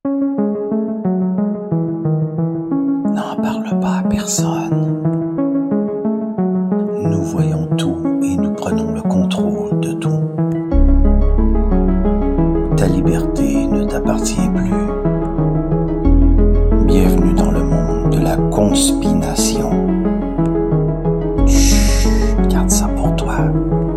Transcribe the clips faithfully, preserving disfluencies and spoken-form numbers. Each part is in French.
N'en parle pas à personne. Nous voyons tout et nous prenons le contrôle de tout. Ta liberté ne t'appartient plus. Bienvenue dans le monde de la conspiration. Chut, garde ça pour toi.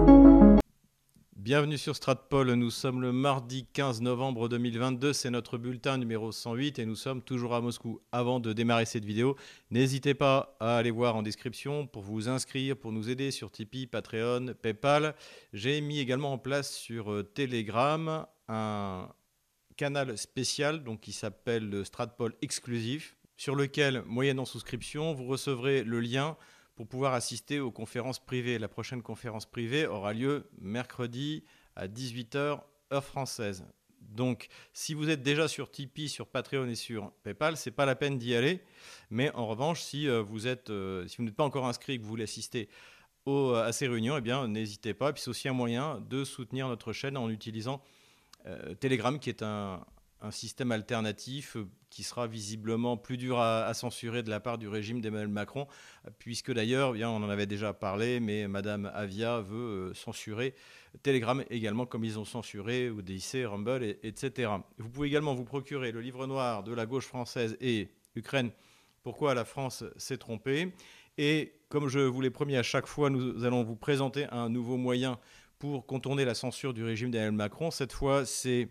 Bienvenue sur Stratpol, nous sommes le mardi quinze novembre deux mille vingt-deux, c'est notre bulletin numéro cent huit et nous sommes toujours à Moscou. Avant de démarrer cette vidéo, n'hésitez pas à aller voir en description pour vous inscrire, pour nous aider sur Tipeee, Patreon, Paypal. J'ai mis également en place sur Telegram un canal spécial donc, qui s'appelle Stratpol Exclusif, sur lequel, moyennant souscription, vous recevrez le lien pour pouvoir assister aux conférences privées. La prochaine conférence privée aura lieu mercredi à dix-huit heures, heure française. Donc, si vous êtes déjà sur Tipeee, sur Patreon et sur Paypal, ce n'est pas la peine d'y aller. Mais en revanche, si vous êtes, euh, si vous n'êtes pas encore inscrit et que vous voulez assister au, à ces réunions, eh bien, n'hésitez pas. Et puis, c'est aussi un moyen de soutenir notre chaîne en utilisant euh, Telegram, qui est un, un système alternatif qui sera visiblement plus dur à, à censurer de la part du régime d'Emmanuel Macron, puisque d'ailleurs, bien, on en avait déjà parlé, mais Madame Avia veut euh, censurer Telegram également, comme ils ont censuré O D C, Rumble, et, etc. Vous pouvez également vous procurer le livre noir de la gauche française et Ukraine, pourquoi la France s'est trompée. Et comme je vous l'ai promis à chaque fois, nous allons vous présenter un nouveau moyen pour contourner la censure du régime d'Emmanuel Macron. Cette fois, c'est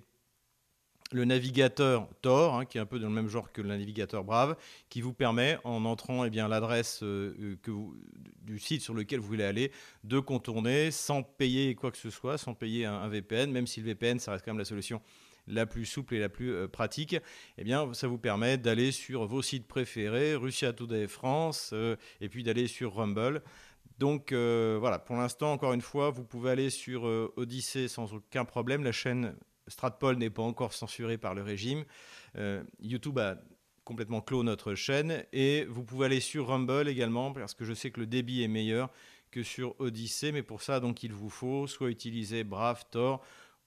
le navigateur Tor, hein, qui est un peu dans le même genre que le navigateur Brave, qui vous permet, en entrant eh bien, l'adresse euh, que vous, du site sur lequel vous voulez aller, de contourner sans payer quoi que ce soit, sans payer un, un V P N, même si le V P N, ça reste quand même la solution la plus souple et la plus euh, pratique. Eh bien, ça vous permet d'aller sur vos sites préférés, Russia Today France, euh, et puis d'aller sur Rumble. Donc euh, voilà, pour l'instant, encore une fois, vous pouvez aller sur euh, Odyssée sans aucun problème. La chaîne Stratpol n'est pas encore censurée par le régime. Euh, YouTube a complètement clos notre chaîne. Et vous pouvez aller sur Rumble également, parce que je sais que le débit est meilleur que sur Odyssée. Mais pour ça, donc, il vous faut soit utiliser Brave, Tor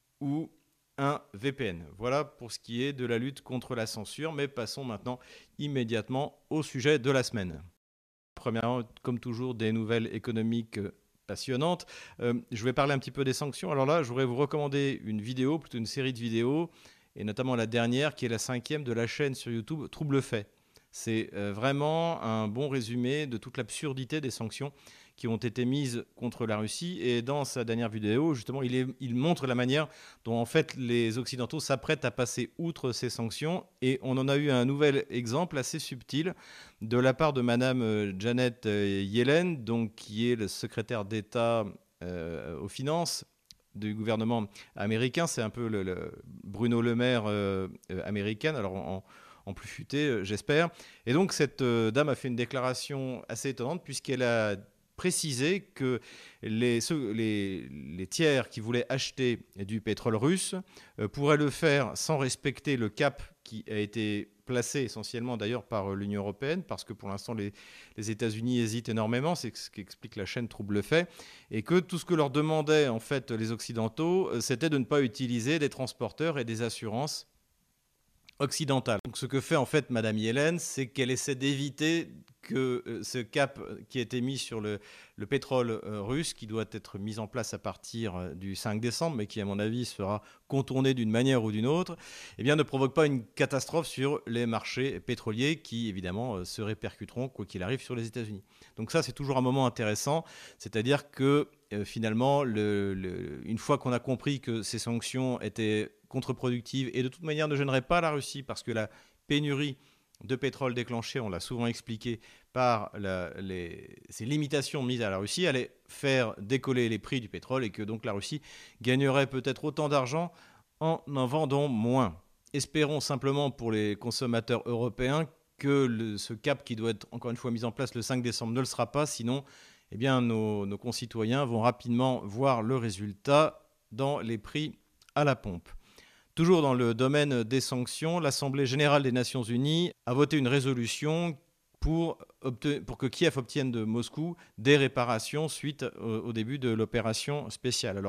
ou un V P N. Voilà pour ce qui est de la lutte contre la censure. Mais passons maintenant immédiatement au sujet de la semaine. Premièrement, comme toujours, des nouvelles économiques passionnantes. Euh, je vais parler un petit peu des sanctions. Alors là, je voudrais vous recommander une vidéo, plutôt une série de vidéos, et notamment la dernière, qui est la cinquième de la chaîne sur YouTube, Trouble Fait. C'est euh, vraiment un bon résumé de toute l'absurdité des sanctions qui ont été mises contre la Russie. Et dans sa dernière vidéo, justement, il, est, il montre la manière dont en fait les Occidentaux s'apprêtent à passer outre ces sanctions. Et on en a eu un nouvel exemple assez subtil de la part de Madame Janet Yellen, donc, qui est le secrétaire d'État euh, aux finances du gouvernement américain. C'est un peu le, le Bruno Le Maire euh, euh, américain. Alors en, en plus futé, j'espère. Et donc cette euh, dame a fait une déclaration assez étonnante puisqu'elle a précisé que les, ceux, les, les tiers qui voulaient acheter du pétrole russe euh, pourraient le faire sans respecter le cap qui a été placé essentiellement d'ailleurs par l'Union européenne, parce que pour l'instant les, les États-Unis hésitent énormément, c'est ce qu'explique la chaîne Trouble Fait, et que tout ce que leur demandaient en fait les Occidentaux, c'était de ne pas utiliser des transporteurs et des assurances occidentale. Donc, ce que fait en fait Madame Yellen, c'est qu'elle essaie d'éviter que euh, ce cap qui a été mis sur le, le pétrole euh, russe, qui doit être mis en place à partir euh, du cinq décembre, mais qui à mon avis sera contourné d'une manière ou d'une autre, eh bien, ne provoque pas une catastrophe sur les marchés pétroliers qui évidemment euh, se répercuteront quoi qu'il arrive sur les États-Unis. Donc ça, c'est toujours un moment intéressant, c'est-à-dire que euh, finalement, le, le, une fois qu'on a compris que ces sanctions étaient contre-productive et de toute manière ne gênerait pas la Russie parce que la pénurie de pétrole déclenchée, on l'a souvent expliqué, par la, les, ces limitations mises à la Russie, allait faire décoller les prix du pétrole et que donc la Russie gagnerait peut-être autant d'argent en en vendant moins. Espérons simplement pour les consommateurs européens que le, ce cap qui doit être encore une fois mis en place le cinq décembre ne le sera pas, sinon eh bien, nos, nos concitoyens vont rapidement voir le résultat dans les prix à la pompe. Toujours dans le domaine des sanctions, l'Assemblée générale des Nations unies a voté une résolution pour, pour que Kiev obtienne de Moscou des réparations suite au, au début de l'opération spéciale. Alors,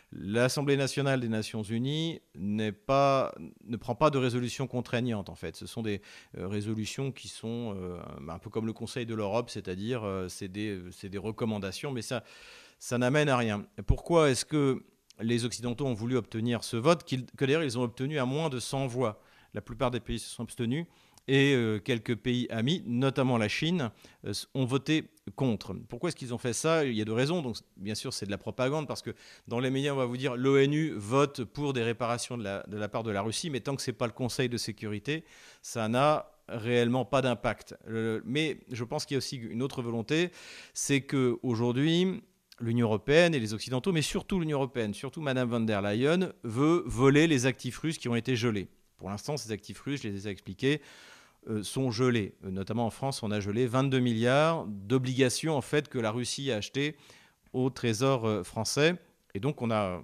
L'Assemblée nationale des Nations unies n'est pas, ne prend pas de résolutions contraignantes, en fait. Ce sont des euh, résolutions qui sont euh, un peu comme le Conseil de l'Europe, c'est-à-dire euh, c'est des, c'est des recommandations, mais ça, ça n'amène à rien. Pourquoi est-ce que les Occidentaux ont voulu obtenir ce vote, qu'ils- que d'ailleurs ils ont obtenu à moins de cent voix? La plupart des pays se sont abstenus et euh, quelques pays amis, notamment la Chine, euh, ont voté contre. Pourquoi est-ce qu'ils ont fait ça? Il y a deux raisons. Donc, bien sûr, c'est de la propagande parce que dans les médias, on va vous dire l'ONU vote pour des réparations de la, de la part de la Russie, mais tant que ce n'est pas le Conseil de sécurité, ça n'a réellement pas d'impact. Euh, mais je pense qu'il y a aussi une autre volonté, c'est qu'aujourd'hui, l'Union européenne et les Occidentaux, mais surtout l'Union européenne, surtout Madame von der Leyen, veut voler les actifs russes qui ont été gelés. Pour l'instant, ces actifs russes, je les ai expliqués, euh, sont gelés. Euh, notamment en France, on a gelé vingt-deux milliards d'obligations en fait, que la Russie a achetées au Trésor euh, français. Et donc, on a,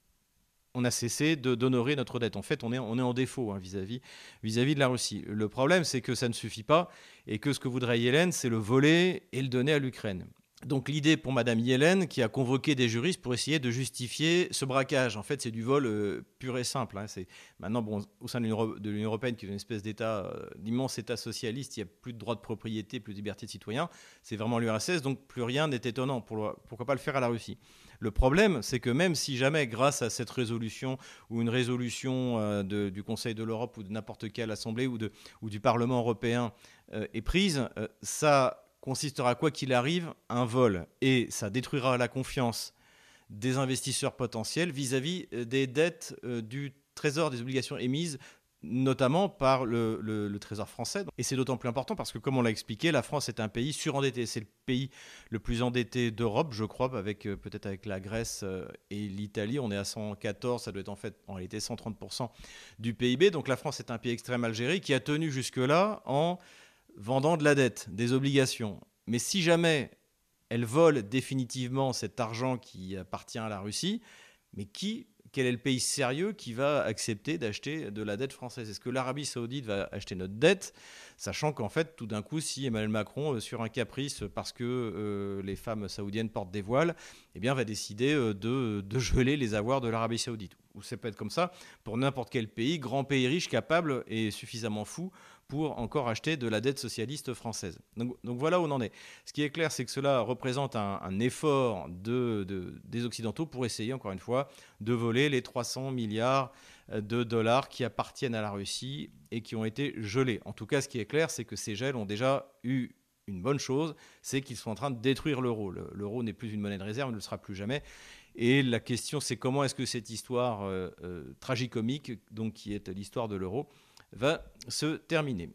on a cessé de, d'honorer notre dette. En fait, on est, on est en défaut hein, vis-à-vis, vis-à-vis de la Russie. Le problème, c'est que ça ne suffit pas et que ce que voudrait Yellen, c'est le voler et le donner à l'Ukraine. Donc l'idée pour Madame Yellen, qui a convoqué des juristes pour essayer de justifier ce braquage, en fait c'est du vol euh, pur et simple. Hein. C'est, maintenant, bon, au sein de l'Union, de l'Union européenne, qui est une espèce d'État, euh, d'immense État socialiste, il n'y a plus de droit de propriété, plus de liberté de citoyen. C'est vraiment l'U R S S, donc plus rien n'est étonnant. Pour le, pourquoi pas le faire à la Russie? Le problème, c'est que même si jamais, grâce à cette résolution ou une résolution euh, de, du Conseil de l'Europe ou de n'importe quelle assemblée ou, de, ou du Parlement européen euh, est prise, euh, ça consistera, quoi qu'il arrive, un vol. Et ça détruira la confiance des investisseurs potentiels vis-à-vis des dettes euh, du Trésor, des obligations émises, notamment par le, le, le Trésor français. Et c'est d'autant plus important parce que, comme on l'a expliqué, la France est un pays surendetté. C'est le pays le plus endetté d'Europe, je crois, avec, euh, peut-être avec la Grèce euh, et l'Italie. On est à cent quatorze, ça doit être en fait en réalité cent trente pour cent du P I B. Donc la France est un pays extrêmement algérien qui a tenu jusque-là en vendant de la dette, des obligations. Mais si jamais elle vole définitivement cet argent qui appartient à la Russie, mais qui, quel est le pays sérieux qui va accepter d'acheter de la dette française? Est-ce que l'Arabie Saoudite va acheter notre dette, sachant qu'en fait, tout d'un coup, si Emmanuel Macron, sur un caprice, parce que euh, les femmes saoudiennes portent des voiles, eh bien, va décider euh, de, de geler les avoirs de l'Arabie Saoudite? Ou ça peut être comme ça pour n'importe quel pays, grand pays riche, capable et suffisamment fou pour encore acheter de la dette socialiste française. Donc, donc voilà où on en est. Ce qui est clair, c'est que cela représente un, un effort de, de, des Occidentaux pour essayer, encore une fois, de voler les trois cents milliards de dollars qui appartiennent à la Russie et qui ont été gelés. En tout cas, ce qui est clair, c'est que ces gels ont déjà eu une bonne chose, c'est qu'ils sont en train de détruire l'euro. Le, l'euro n'est plus une monnaie de réserve, ne le sera plus jamais. Et la question, c'est comment est-ce que cette histoire euh, euh, tragicomique, donc qui est l'histoire de l'euro, va se terminer.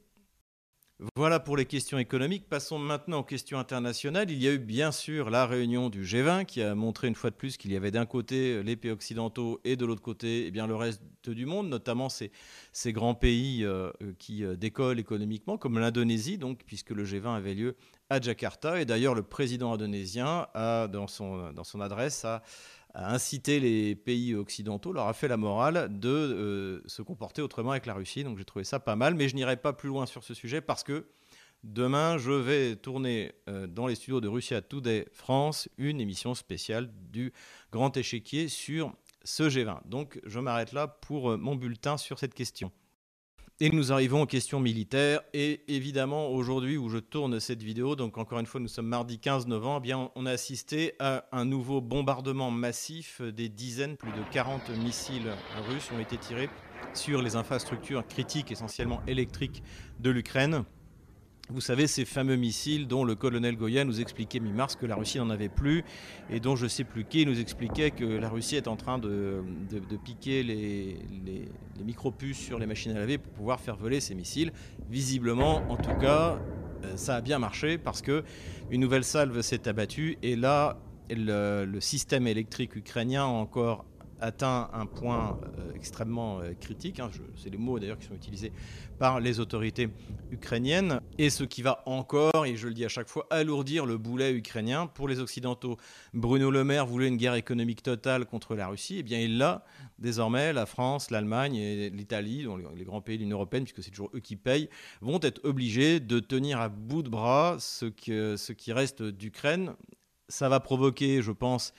Voilà pour les questions économiques. Passons maintenant aux questions internationales. Il y a eu bien sûr la réunion du G vingt qui a montré une fois de plus qu'il y avait d'un côté les pays occidentaux et de l'autre côté eh bien, le reste du monde, notamment ces, ces grands pays euh, qui décollent économiquement, comme l'Indonésie, donc, puisque le G vingt avait lieu à Jakarta. Et d'ailleurs, le président indonésien, a, dans, son, dans son adresse, a a incité les pays occidentaux, leur a fait la morale de euh, se comporter autrement avec la Russie. Donc j'ai trouvé ça pas mal, mais je n'irai pas plus loin sur ce sujet parce que demain, je vais tourner euh, dans les studios de Russia Today France une émission spéciale du Grand Échiquier sur ce G vingt. Donc je m'arrête là pour euh, mon bulletin sur cette question. Et nous arrivons aux questions militaires. Et évidemment, aujourd'hui où je tourne cette vidéo, donc encore une fois, nous sommes mardi quinze novembre, eh bien, on a assisté à un nouveau bombardement massif. Des dizaines, plus de quarante missiles russes ont été tirés sur les infrastructures critiques, essentiellement électriques, de l'Ukraine. Vous savez, ces fameux missiles dont le colonel Goya nous expliquait mi-mars que la Russie n'en avait plus et dont je ne sais plus qui nous expliquait que la Russie est en train de, de, de piquer les, les, les micro-puces sur les machines à laver pour pouvoir faire voler ces missiles. Visiblement, en tout cas, ça a bien marché parce qu'une nouvelle salve s'est abattue et là, le, le système électrique ukrainien a encore atteint un point euh, extrêmement euh, critique, hein, je, c'est les mots d'ailleurs qui sont utilisés par les autorités ukrainiennes, et ce qui va encore, et je le dis à chaque fois, alourdir le boulet ukrainien pour les Occidentaux. Bruno Le Maire voulait une guerre économique totale contre la Russie, et bien il l'a désormais. La France, l'Allemagne et l'Italie, dont les grands pays de l'Union européenne, puisque c'est toujours eux qui payent, vont être obligés de tenir à bout de bras ce, que, ce qui reste d'Ukraine. Ça va provoquer, je pense,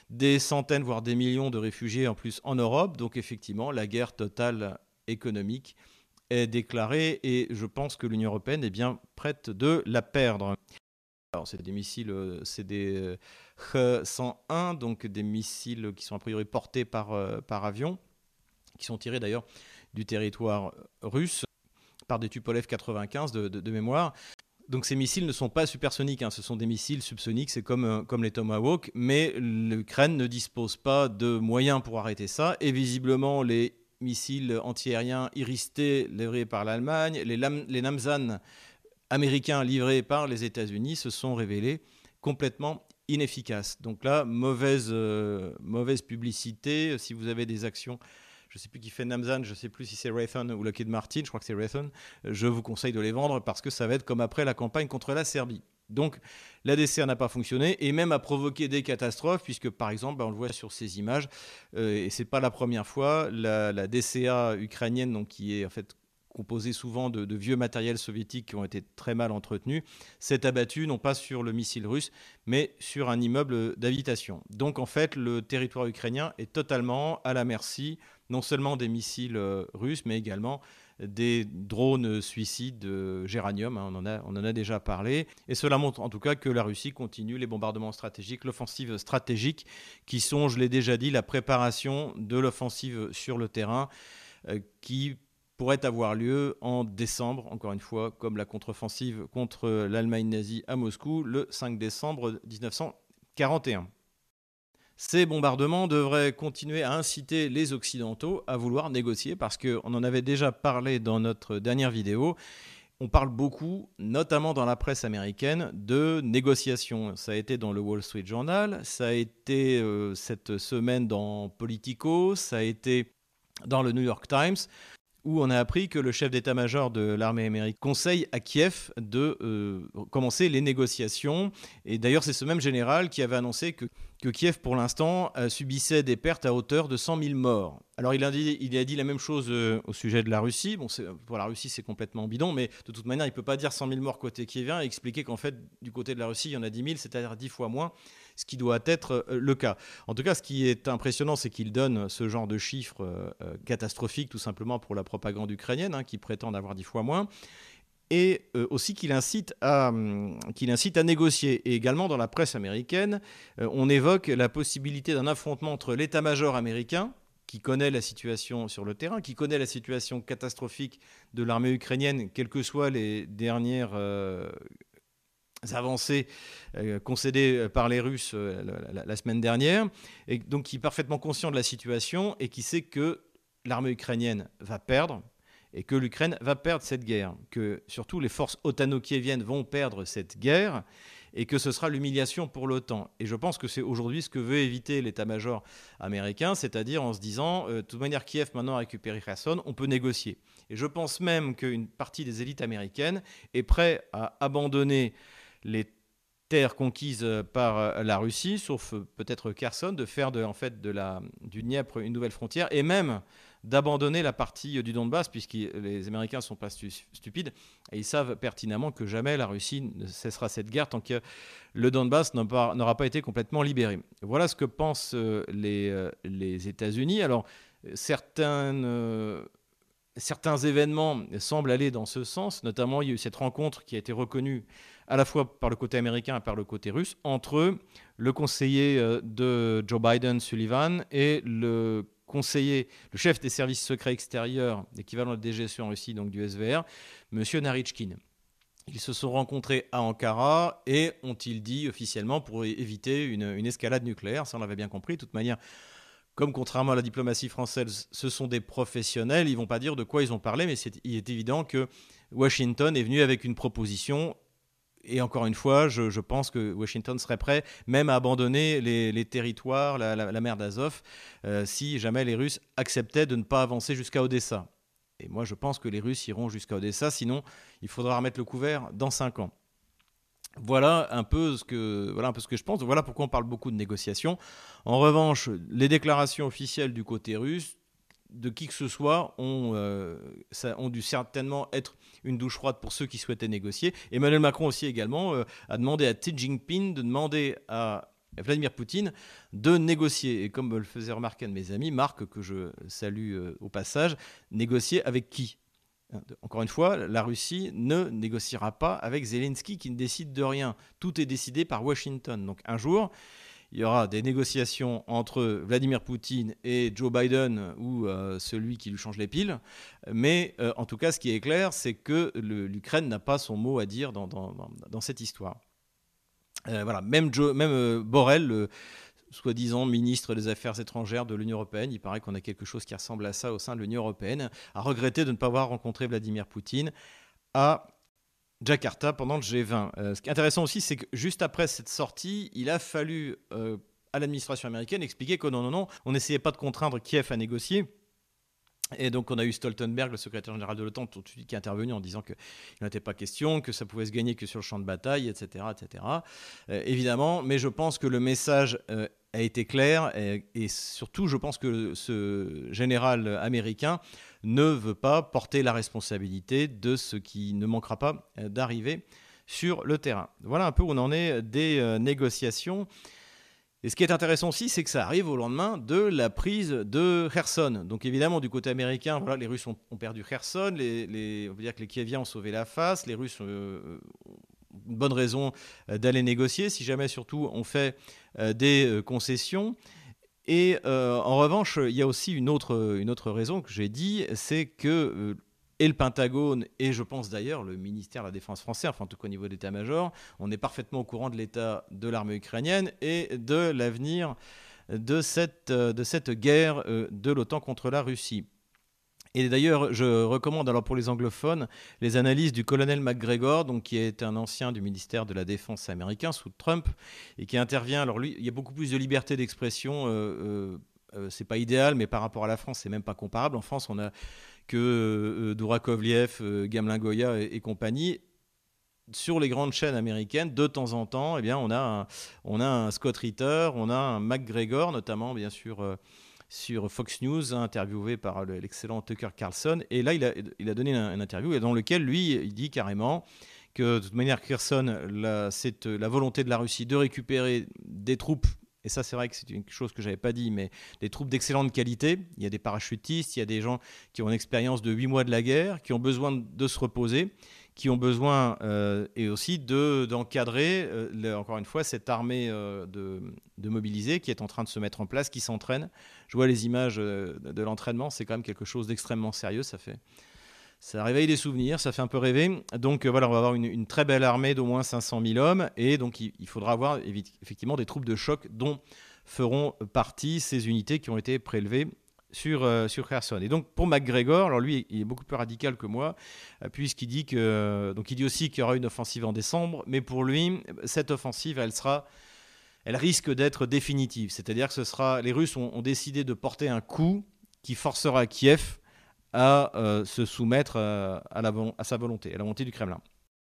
des centaines, voire des millions de réfugiés en plus en Europe. Donc effectivement, la guerre totale économique est déclarée et je pense que l'Union européenne est bien prête de la perdre. Alors, c'est des missiles, c'est des H cent un, donc des missiles qui sont a priori portés par, euh, par avion, qui sont tirés d'ailleurs du territoire russe par des Tupolev quatre-vingt-quinze de, de, de mémoire. Donc ces missiles ne sont pas supersoniques, hein, ce sont des missiles subsoniques, c'est comme, euh, comme les Tomahawk, mais l'Ukraine ne dispose pas de moyens pour arrêter ça, et visiblement les missiles antiaériens Iris-T livrés par l'Allemagne, les, les Namzan américains livrés par les États-Unis se sont révélés complètement inefficaces. Donc là, mauvaise, euh, mauvaise publicité. Si vous avez des actions, je ne sais plus qui fait Namzan, je ne sais plus si c'est Raytheon ou Lockheed Martin, je crois que c'est Raytheon, je vous conseille de les vendre parce que ça va être comme après la campagne contre la Serbie. Donc l'A D C A n'a pas fonctionné et même a provoqué des catastrophes puisque par exemple, bah, on le voit sur ces images, euh, et ce n'est pas la première fois, la, la D C A ukrainienne, donc, qui est en fait composé souvent de, de vieux matériels soviétiques qui ont été très mal entretenus, s'est abattu non pas sur le missile russe, mais sur un immeuble d'habitation. Donc en fait, le territoire ukrainien est totalement à la merci non seulement des missiles russes, mais également des drones suicides de Géranium, hein, on, en a, on en a déjà parlé. Et cela montre en tout cas que la Russie continue les bombardements stratégiques, l'offensive stratégique, qui sont, je l'ai déjà dit, la préparation de l'offensive sur le terrain, euh, qui pourrait avoir lieu en décembre, encore une fois, comme la contre-offensive contre l'Allemagne nazie à Moscou le cinq décembre dix-neuf cent quarante et un. Ces bombardements devraient continuer à inciter les Occidentaux à vouloir négocier parce qu'on en avait déjà parlé dans notre dernière vidéo. On parle beaucoup, notamment dans la presse américaine, de négociations. Ça a été dans le Wall Street Journal, ça a été euh, cette semaine dans Politico, ça a été dans le New York Times, où on a appris que le chef d'état-major de l'armée américaine conseille à Kiev de euh, commencer les négociations. Et d'ailleurs, c'est ce même général qui avait annoncé que, que Kiev, pour l'instant, euh, subissait des pertes à hauteur de cent mille morts. Alors, il a dit, il a dit la même chose euh, au sujet de la Russie. Bon, pour la Russie, c'est complètement bidon, mais de toute manière, il ne peut pas dire cent mille morts côté kievien et expliquer qu'en fait, du côté de la Russie, il y en a dix mille, c'est-à-dire dix fois moins, ce qui doit être euh, le cas. En tout cas, ce qui est impressionnant, c'est qu'il donne ce genre de chiffres euh, catastrophiques, tout simplement pour la propagande ukrainienne, hein, qui prétendent avoir dix fois moins, et euh, aussi qu'il incite, à, hum, qu'il incite à négocier. Et également, dans la presse américaine, euh, on évoque la possibilité d'un affrontement entre l'état-major américain, qui connaît la situation sur le terrain, qui connaît la situation catastrophique de l'armée ukrainienne, quelles que soient les dernières euh, avancées euh, concédées par les Russes euh, la, la, la semaine dernière, et donc qui est parfaitement conscient de la situation et qui sait que l'armée ukrainienne va perdre et que l'Ukraine va perdre cette guerre, que surtout les forces otano-kieviennes vont perdre cette guerre et que ce sera l'humiliation pour l'OTAN. Et je pense que c'est aujourd'hui ce que veut éviter l'état-major américain, c'est-à-dire en se disant, euh, de toute manière, Kiev maintenant a récupéré Kherson, on peut négocier. Et je pense même qu'une partie des élites américaines est prête à abandonner les terres conquises par la Russie, sauf peut-être Kherson, de faire de, en fait, de la, du Dniepr une nouvelle frontière, et même d'abandonner la partie du Donbass, puisque les Américains ne sont pas stu- stupides, et ils savent pertinemment que jamais la Russie ne cessera cette guerre tant que le Donbass n'aura pas, n'aura pas été complètement libéré. Voilà ce que pensent les, les États-Unis. Alors, certaines... Euh, Certains événements semblent aller dans ce sens, notamment il y a eu cette rencontre qui a été reconnue à la fois par le côté américain et par le côté russe, entre le conseiller de Joe Biden, Sullivan, et le conseiller, le chef des services secrets extérieurs, l'équivalent de D G S E en Russie, donc du S V R, M. Narychkin. Ils se sont rencontrés à Ankara et ont-ils dit officiellement pour éviter une, une escalade nucléaire, ça on l'avait bien compris, de toute manière. Comme contrairement à la diplomatie française, ce sont des professionnels, ils ne vont pas dire de quoi ils ont parlé, mais c'est, il est évident que Washington est venu avec une proposition. Et encore une fois, je, je pense que Washington serait prêt même à abandonner les, les territoires, la, la, la mer d'Azov, euh, si jamais les Russes acceptaient de ne pas avancer jusqu'à Odessa. Et moi, je pense que les Russes iront jusqu'à Odessa, sinon il faudra remettre le couvert dans cinq ans. Voilà un peu ce que, voilà un peu ce que je pense. Voilà pourquoi on parle beaucoup de négociations. En revanche, les déclarations officielles du côté russe, de qui que ce soit, ont, euh, ça, ont dû certainement être une douche froide pour ceux qui souhaitaient négocier. Emmanuel Macron aussi également euh, a demandé à Xi Jinping de demander à Vladimir Poutine de négocier. Et comme me le faisait remarquer un de mes amis, Marc, que je salue euh, au passage, négocier avec qui ? Encore une fois, la Russie ne négociera pas avec Zelensky qui ne décide de rien. Tout est décidé par Washington. Donc un jour, il y aura des négociations entre Vladimir Poutine et Joe Biden ou euh, celui qui lui change les piles. Mais euh, en tout cas, ce qui est clair, c'est que le, l'Ukraine n'a pas son mot à dire dans, dans, dans, dans cette histoire. Euh, voilà, même, Joe, même euh, Borrell, le soi-disant ministre des Affaires étrangères de l'Union européenne, il paraît qu'on a quelque chose qui ressemble à ça au sein de l'Union européenne, a regretté de ne pas avoir rencontré Vladimir Poutine à Jakarta pendant le G vingt. Euh, ce qui est intéressant aussi, c'est que juste après cette sortie, il a fallu euh, à l'administration américaine expliquer que non, non, non, on n'essayait pas de contraindre Kiev à négocier. Et donc on a eu Stoltenberg, le secrétaire général de l'OTAN, tout de suite qui est intervenu en disant qu'il n'était pas question, que ça pouvait se gagner que sur le champ de bataille, et cetera, et cetera. Euh, évidemment, mais je pense que le message euh, a été clair et, et surtout, je pense que ce général américain ne veut pas porter la responsabilité de ce qui ne manquera pas d'arriver sur le terrain. Voilà un peu où on en est des euh, négociations. Et ce qui est intéressant aussi, c'est que ça arrive au lendemain de la prise de Kherson. Donc évidemment, du côté américain, voilà, les Russes ont, ont perdu Kherson, les, les, on veut dire que les Kieviens ont sauvé la face, les Russes euh, ont une bonne raison d'aller négocier, si jamais surtout on fait euh, des concessions. Et euh, en revanche, il y a aussi une autre, une autre raison que j'ai dit, c'est que euh, et le Pentagone, et je pense d'ailleurs le ministère de la Défense français, enfin en tout cas au niveau d'état-major, on est parfaitement au courant de l'état de l'armée ukrainienne et de l'avenir de cette, de cette guerre de l'OTAN contre la Russie. Et d'ailleurs, je recommande alors pour les anglophones les analyses du colonel McGregor, donc qui est un ancien du ministère de la Défense américain sous Trump et qui intervient. Alors lui, il y a beaucoup plus de liberté d'expression. Euh, euh, euh, c'est pas idéal, mais par rapport à la France, c'est même pas comparable. En France, on a que euh, Dourakovliev, euh, Gamelin-Goya et, et compagnie. Sur les grandes chaînes américaines, de temps en temps, eh bien, on a un, on a un Scott Ritter, on a un McGregor, notamment bien sûr. Euh, sur Fox News, interviewé par l'excellent Tucker Carlson. Et là, il a, il a donné une interview dans lequel, lui, il dit carrément que, de toute manière, Kherson, la, c'est la volonté de la Russie de récupérer des troupes, et ça, c'est vrai que c'est une chose que je n'avais pas dit, mais des troupes d'excellente qualité. Il y a des parachutistes, il y a des gens qui ont une expérience de huit mois de la guerre, qui ont besoin de se reposer, qui ont besoin euh, et aussi de, d'encadrer, euh, le, encore une fois, cette armée euh, de, de mobilisés qui est en train de se mettre en place, qui s'entraîne. Je vois les images euh, de l'entraînement, c'est quand même quelque chose d'extrêmement sérieux, ça fait... Ça réveille des souvenirs, ça fait un peu rêver. Donc euh, voilà, on va avoir une, une très belle armée d'au moins cinq cent mille hommes. Et donc il, il faudra avoir effectivement des troupes de choc dont feront partie ces unités qui ont été prélevées sur, euh, sur Kherson. Et donc pour McGregor, alors lui, il est beaucoup plus radical que moi, euh, puisqu'il dit que, donc il dit aussi qu'il y aura une offensive en décembre. Mais pour lui, cette offensive, elle sera... elle risque d'être définitive. C'est-à-dire que ce sera, les Russes ont, ont décidé de porter un coup qui forcera Kiev à euh, se soumettre euh, à, la, à sa volonté, à la volonté du Kremlin.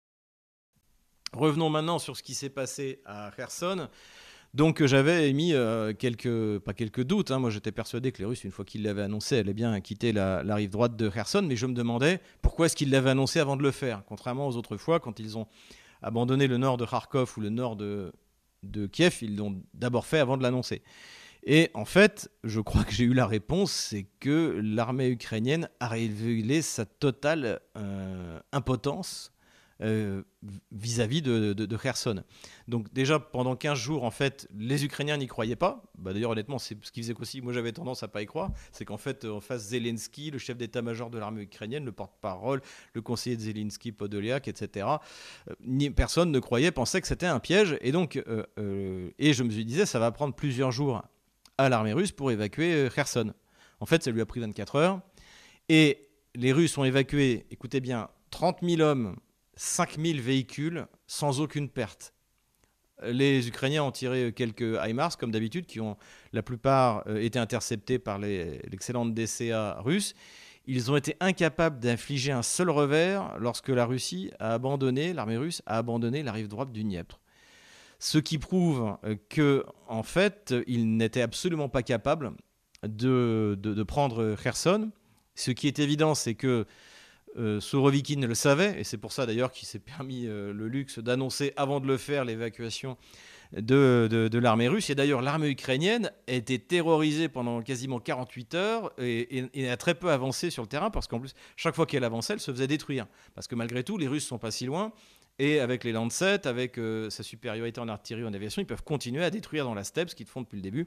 Revenons maintenant sur ce qui s'est passé à Kherson. Donc j'avais émis euh, quelques, pas quelques doutes, hein. Moi j'étais persuadé que les Russes, une fois qu'ils l'avaient annoncé, allaient bien quitter la, la rive droite de Kherson, mais je me demandais pourquoi est-ce qu'ils l'avaient annoncé avant de le faire, contrairement aux autres fois, quand ils ont abandonné le nord de Kharkov ou le nord de, de Kiev, ils l'ont d'abord fait avant de l'annoncer. Et en fait, je crois que j'ai eu la réponse, c'est que l'armée ukrainienne a révélé sa totale euh, impotence euh, vis-à-vis de, de, de Kherson. Donc déjà, pendant quinze jours, en fait, les Ukrainiens n'y croyaient pas. Bah, d'ailleurs, honnêtement, c'est ce qui faisait qu'aussi, moi j'avais tendance à ne pas y croire, c'est qu'en fait, en face, Zelensky, le chef d'état-major de l'armée ukrainienne, le porte-parole, le conseiller de Zelensky, Podolyak, et cetera, euh, personne ne croyait, pensait que c'était un piège. Et donc, euh, euh, et je me disais, ça va prendre plusieurs jours à l'armée russe pour évacuer Kherson. En fait, ça lui a pris vingt-quatre heures. Et les Russes ont évacué, écoutez bien, trente mille hommes, cinq mille véhicules, sans aucune perte. Les Ukrainiens ont tiré quelques HIMARS, comme d'habitude, qui ont la plupart été interceptés par les, l'excellente D C A russe. Ils ont été incapables d'infliger un seul revers lorsque la Russie a abandonné, l'armée russe a abandonné la rive droite du Dniepr. Ce qui prouve que, en fait, ils n'étaient absolument pas capables de, de, de prendre Kherson. Ce qui est évident, c'est que euh, Surovikin le savait, et c'est pour ça d'ailleurs qu'il s'est permis euh, le luxe d'annoncer, avant de le faire, l'évacuation de, de, de l'armée russe. Et d'ailleurs, l'armée ukrainienne a été terrorisée pendant quasiment quarante-huit heures et, et, et a très peu avancé sur le terrain parce qu'en plus, chaque fois qu'elle avançait, elle se faisait détruire. Parce que malgré tout, les Russes sont pas si loin. Et avec les Lancet, avec euh, sa supériorité en artillerie ou en aviation, ils peuvent continuer à détruire dans la steppe, ce qu'ils font depuis le début,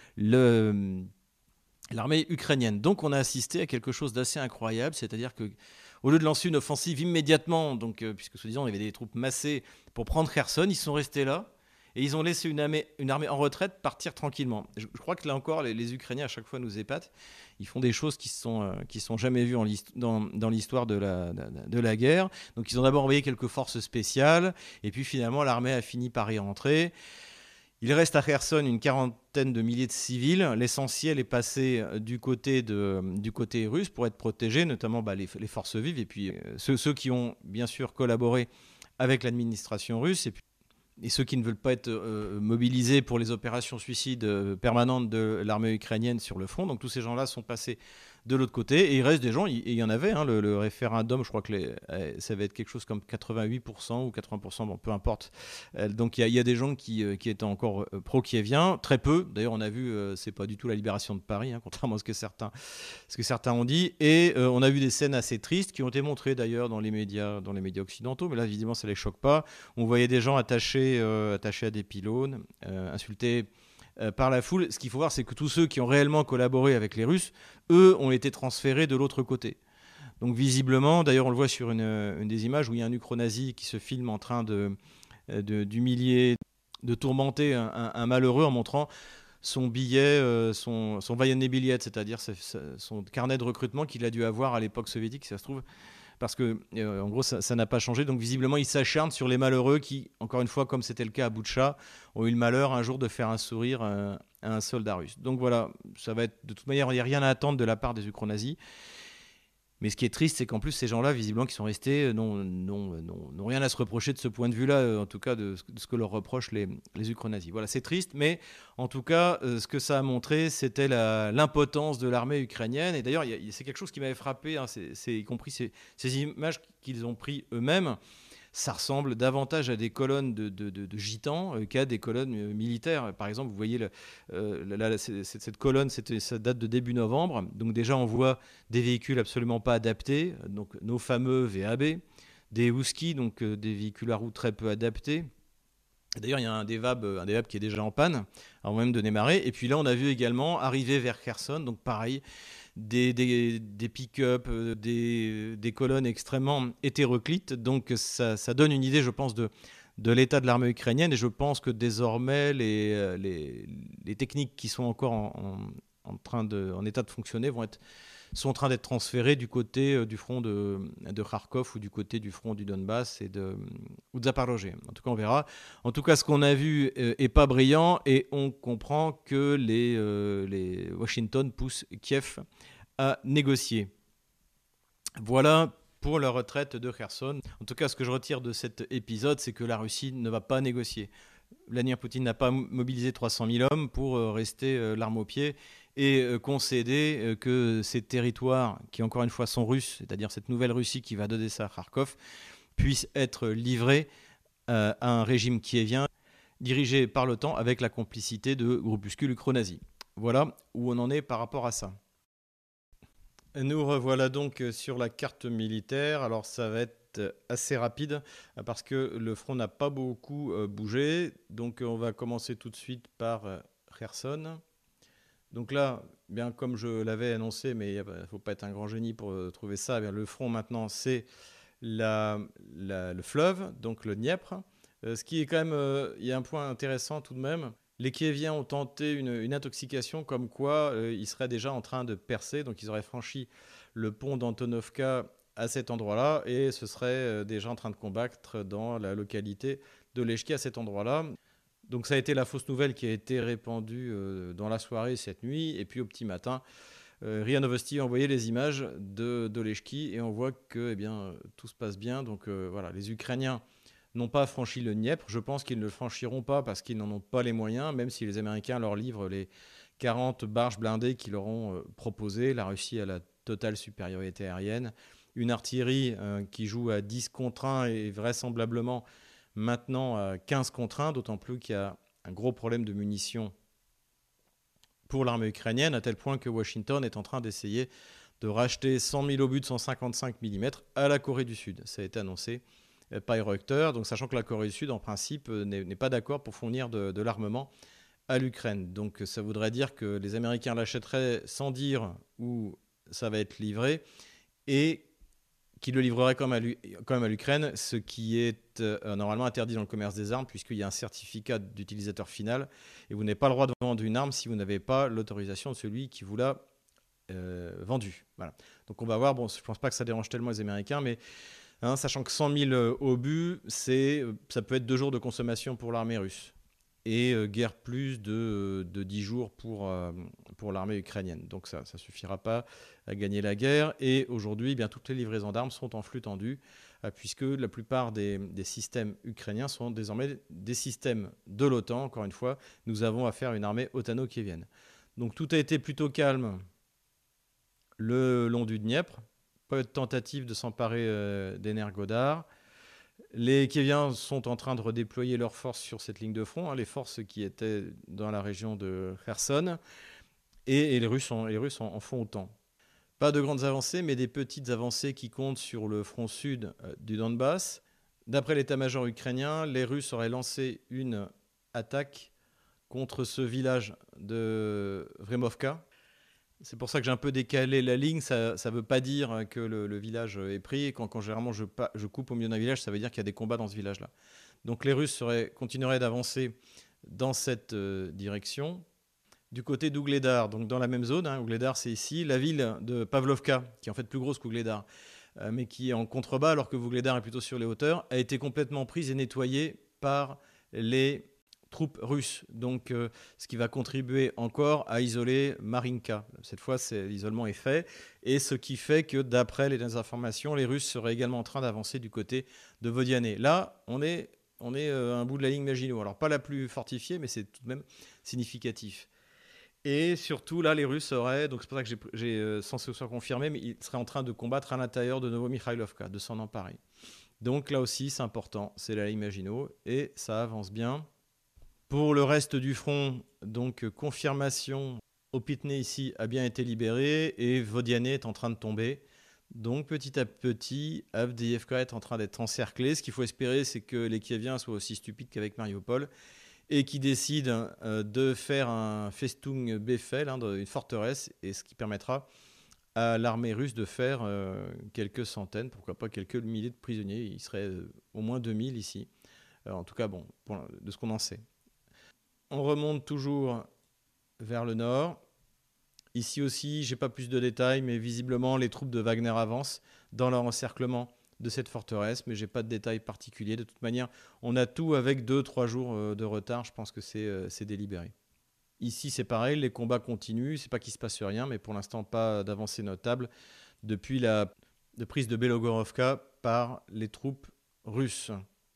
le, l'armée ukrainienne. Donc on a assisté à quelque chose d'assez incroyable, c'est-à-dire que au lieu de lancer une offensive immédiatement, donc, euh, puisque soi-disant il y avait des troupes massées pour prendre Kherson, ils sont restés là et ils ont laissé une armée, une armée en retraite partir tranquillement. Je, je crois que là encore, les, les Ukrainiens à chaque fois nous épatent. Ils font des choses qui sont euh, qui sont jamais vues en dans, dans l'histoire de la, de, de la guerre. Donc ils ont d'abord envoyé quelques forces spéciales et puis finalement l'armée a fini par y rentrer. Il reste à Kherson une quarantaine de milliers de civils. L'essentiel est passé du côté, de, du côté russe pour être protégé, notamment bah, les, les forces vives et puis euh, ceux, ceux qui ont bien sûr collaboré avec l'administration russe et, puis, et ceux qui ne veulent pas être euh, mobilisés pour les opérations suicides euh, permanentes de l'armée ukrainienne sur le front. Donc tous ces gens-là sont passés de l'autre côté et il reste des gens, et il y en avait, hein, le, le référendum, je crois que les, euh, ça va être quelque chose comme quatre-vingt-huit pour cent ou quatre-vingts pour cent, bon, peu importe. Euh, donc il y, y a des gens qui, euh, qui étaient encore euh, pro-kieviens, très peu. D'ailleurs on a vu, euh, c'est pas du tout la libération de Paris, hein, contrairement à ce que certains, ce que certains ont dit. Et euh, on a vu des scènes assez tristes qui ont été montrées d'ailleurs dans les médias, dans les médias occidentaux, mais là visiblement ça les choque pas. On voyait des gens attachés, euh, attachés à des pylônes, euh, insultés Euh, par la foule. Ce qu'il faut voir, c'est que tous ceux qui ont réellement collaboré avec les Russes, eux, ont été transférés de l'autre côté. Donc visiblement, d'ailleurs on le voit sur une, une des images où il y a un ukro-nazi qui se filme en train de, de, d'humilier, de tourmenter un, un, un malheureux en montrant son billet, euh, son, son voyenné billet, c'est-à-dire son carnet de recrutement qu'il a dû avoir à l'époque soviétique, si ça se trouve. Parce que, euh, en gros, ça, ça n'a pas changé. Donc, visiblement, il s'acharne sur les malheureux qui, encore une fois, comme c'était le cas à Boutcha, ont eu le malheur un jour de faire un sourire à, à un soldat russe. Donc, voilà, ça va être, de toute manière, il n'y a rien à attendre de la part des ukro-nazis. Mais ce qui est triste, c'est qu'en plus, ces gens-là, visiblement, qui sont restés, n'ont, n'ont, n'ont, n'ont rien à se reprocher de ce point de vue-là, en tout cas de, de ce que leur reprochent les, les ukro-nazis. Voilà, c'est triste, mais en tout cas, euh, ce que ça a montré, c'était la, l'impotence de l'armée ukrainienne. Et d'ailleurs, y a, c'est quelque chose qui m'avait frappé, hein, c'est, c'est, y compris ces, ces images qu'ils ont prises eux-mêmes. Ça ressemble davantage à des colonnes de, de, de, de gitans euh, qu'à des colonnes euh, militaires. Par exemple, vous voyez le, euh, la, la, cette, cette colonne, c'était, ça date de début novembre. Donc déjà, on voit des véhicules absolument pas adaptés, donc nos fameux V A B, des Husky, donc euh, des véhicules à roues très peu adaptés. D'ailleurs, il y a un D V A B, un D V A B qui est déjà en panne, avant même de démarrer. Et puis là, on a vu également arriver vers Kherson, donc pareil, des, des, des pick-up, des, des colonnes extrêmement hétéroclites. Donc ça, ça donne une idée, je pense, de, de l'état de l'armée ukrainienne. Et je pense que désormais, les, les, les techniques qui sont encore en, en, en, train de, en état de fonctionner vont être, sont en train d'être transférées du côté du front de, de Kharkov ou du côté du front du Donbass et de, ou de Zaporozhye. En tout cas, on verra. En tout cas, ce qu'on a vu est pas brillant et on comprend que les, euh, les Washington poussent Kiev à négocier. Voilà pour la retraite de Kherson. En tout cas, ce que je retire de cet épisode, c'est que la Russie ne va pas négocier. Vladimir Poutine n'a pas mobilisé trois cent mille hommes pour rester l'arme au pied et concéder que ces territoires, qui encore une fois sont russes, c'est-à-dire cette nouvelle Russie qui va d'Odessa à Kharkov, puissent être livrés à un régime kievien dirigé par l'OTAN avec la complicité de groupuscules ukro-nazis. Voilà où on en est par rapport à ça. Nous revoilà donc sur la carte militaire. Alors ça va être assez rapide parce que le front n'a pas beaucoup bougé. Donc on va commencer tout de suite par Kherson. Donc là, bien comme je l'avais annoncé, mais il ne faut pas être un grand génie pour trouver ça, bien, le front maintenant c'est la, la, le fleuve, donc le Dniepr. Euh, ce qui est quand même, euh, il y a un point intéressant tout de même. Les Kieviens ont tenté une, une intoxication comme quoi euh, ils seraient déjà en train de percer, donc ils auraient franchi le pont d'Antonovka à cet endroit-là et ce serait euh, déjà en train de combattre dans la localité de Lechki à cet endroit-là. Donc ça a été la fausse nouvelle qui a été répandue euh, dans la soirée cette nuit et puis au petit matin, euh, R I A Novosti a envoyé les images de, de Lechki et on voit que eh bien, tout se passe bien. Donc euh, voilà, les Ukrainiens n'ont pas franchi le Dniepr. Je pense qu'ils ne le franchiront pas parce qu'ils n'en ont pas les moyens, même si les Américains leur livrent les quarante barges blindées qu'ils leur ont euh, proposées. La Russie a la totale supériorité aérienne. Une artillerie euh, qui joue à dix contre un et vraisemblablement maintenant à quinze contre un, d'autant plus qu'il y a un gros problème de munitions pour l'armée ukrainienne, à tel point que Washington est en train d'essayer de racheter cent mille obus de cent cinquante-cinq millimètres à la Corée du Sud. Ça a été annoncé par Reuters, donc sachant que la Corée du Sud, en principe, n'est, n'est pas d'accord pour fournir de, de l'armement à l'Ukraine. Donc ça voudrait dire que les Américains l'achèteraient sans dire où ça va être livré et qu'ils le livreraient quand même à l'Ukraine, ce qui est euh, normalement interdit dans le commerce des armes puisqu'il y a un certificat d'utilisateur final et vous n'avez pas le droit de vendre une arme si vous n'avez pas l'autorisation de celui qui vous l'a euh, vendue. Voilà. Donc on va voir, bon, je ne pense pas que ça dérange tellement les Américains, mais hein, sachant que cent mille obus, c'est, ça peut être deux jours de consommation pour l'armée russe. Et euh, guère plus de, de dix jours pour, euh, pour l'armée ukrainienne. Donc ça ne suffira pas à gagner la guerre. Et aujourd'hui, eh bien, toutes les livraisons d'armes sont en flux tendu, euh, puisque la plupart des, des systèmes ukrainiens sont désormais des systèmes de l'OTAN. Encore une fois, nous avons affaire à une armée otano-kievienne. Donc tout a été plutôt calme le long du Dniepr. Pas de tentative de s'emparer euh, d'Energodar. Les Kieviens sont en train de redéployer leurs forces sur cette ligne de front, hein, les forces qui étaient dans la région de Kherson, et, et les Russes, en, les Russes en, en font autant. Pas de grandes avancées, mais des petites avancées qui comptent sur le front sud euh, du Donbass. D'après l'état-major ukrainien, les Russes auraient lancé une attaque contre ce village de Vremovka. C'est pour ça que j'ai un peu décalé la ligne. Ça ne veut pas dire que le, le village est pris. Quand, quand généralement je, je coupe au milieu d'un village, ça veut dire qu'il y a des combats dans ce village-là. Donc les Russes seraient, continueraient d'avancer dans cette euh, direction. Du côté d'Ougledar, donc dans la même zone, hein, Ougledar c'est ici, la ville de Pavlovka, qui est en fait plus grosse qu'Ougledar, euh, mais qui est en contrebas alors que Ougledar est plutôt sur les hauteurs, a été complètement prise et nettoyée par les troupes russes, donc euh, ce qui va contribuer encore à isoler Marinka. Cette fois, c'est, l'isolement est fait, et ce qui fait que, d'après les informations, les Russes seraient également en train d'avancer du côté de Vodiane. Là, on est, on est euh, à un bout de la ligne Maginot. Alors, pas la plus fortifiée, mais c'est tout de même significatif. Et surtout, là, les Russes seraient, donc c'est pour ça que j'ai, j'ai euh, sans que ce soit confirmé, mais ils seraient en train de combattre à l'intérieur de Novo-Mikhailovka, de s'en emparer. Donc là aussi, c'est important, c'est la ligne Maginot, et ça avance bien. Pour le reste du front, donc confirmation, Opitné ici a bien été libéré et Vodiane est en train de tomber. Donc petit à petit, Avdiivka est en train d'être encerclé. Ce qu'il faut espérer, c'est que les Kieviens soient aussi stupides qu'avec Mariupol et qu'ils décident euh, de faire un Festung Befehl, hein, une forteresse, et ce qui permettra à l'armée russe de faire euh, quelques centaines, pourquoi pas quelques milliers de prisonniers. Il serait euh, au moins deux mille ici. Alors, en tout cas, bon, pour, de ce qu'on en sait. On remonte toujours vers le nord. Ici aussi, je n'ai pas plus de détails, mais visiblement, les troupes de Wagner avancent dans leur encerclement de cette forteresse, mais je n'ai pas de détails particuliers. De toute manière, on a tout avec deux trois jours de retard. Je pense que c'est, euh, c'est délibéré. Ici, c'est pareil, les combats continuent. Ce n'est pas qu'il ne se passe rien, mais pour l'instant, pas d'avancée notable depuis la de prise de Belogorovka par les troupes russes.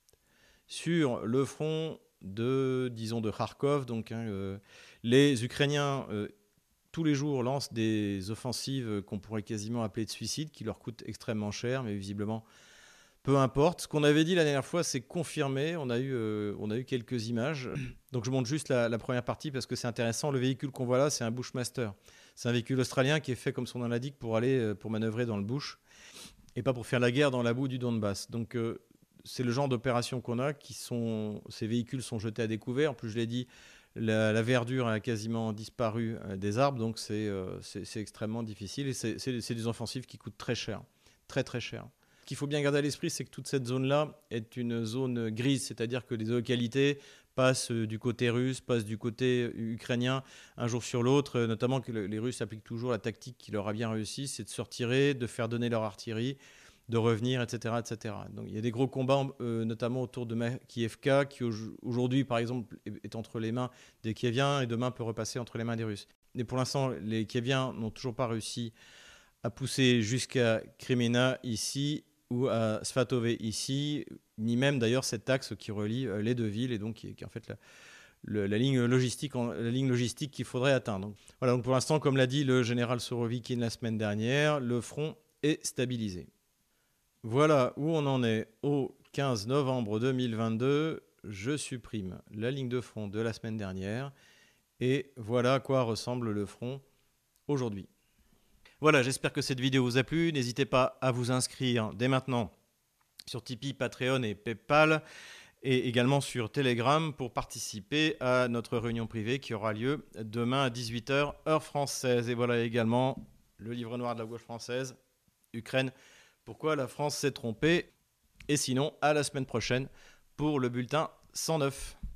Sur le front de, disons, de Kharkov, donc, hein, euh, les Ukrainiens, euh, tous les jours, lancent des offensives qu'on pourrait quasiment appeler de suicide, qui leur coûtent extrêmement cher, mais visiblement, peu importe. Ce qu'on avait dit la dernière fois, c'est confirmé. On a eu, euh, on a eu quelques images. Donc, je montre juste la, la première partie parce que c'est intéressant. Le véhicule qu'on voit là, c'est un Bushmaster. C'est un véhicule australien qui est fait, comme son nom l'indique, pour aller, pour manœuvrer dans le bush et pas pour faire la guerre dans la boue du Donbass. Donc, euh, c'est le genre d'opération qu'on a, qui sont, ces véhicules sont jetés à découvert. En plus, je l'ai dit, la, la verdure a quasiment disparu euh, des arbres, donc c'est, euh, c'est, c'est extrêmement difficile. Et c'est, c'est, c'est des offensives qui coûtent très cher, très très cher. Ce qu'il faut bien garder à l'esprit, c'est que toute cette zone-là est une zone grise, c'est-à-dire que les localités passent du côté russe, passent du côté ukrainien un jour sur l'autre, notamment que les Russes appliquent toujours la tactique qui leur a bien réussi, c'est de se retirer, de faire donner leur artillerie, de revenir, et cetera, et cetera. Donc il y a des gros combats, euh, notamment autour de Makiivka, qui aujourd'hui, par exemple, est entre les mains des Kieviens et demain peut repasser entre les mains des Russes. Mais pour l'instant, les Kieviens n'ont toujours pas réussi à pousser jusqu'à Kremina ici ou à Svatove ici, ni même d'ailleurs cet axe qui relie les deux villes et donc qui est, qui est en fait la, le, la ligne logistique, la ligne logistique qu'il faudrait atteindre. Donc, voilà, donc pour l'instant, comme l'a dit le général Sorovikin la semaine dernière, le front est stabilisé. Voilà où on en est au quinze novembre deux mille vingt-deux. je supprime la ligne de front de la semaine dernière. Et voilà à quoi ressemble le front aujourd'hui. Voilà, j'espère que cette vidéo vous a plu. N'hésitez pas à vous inscrire dès maintenant sur Tipeee, Patreon et PayPal, et également sur Telegram pour participer à notre réunion privée qui aura lieu demain à dix-huit heures, heure française. Et voilà également le livre noir de la gauche française, Ukraine, pourquoi la France s'est trompée. Et sinon, à la semaine prochaine pour le bulletin cent neuf.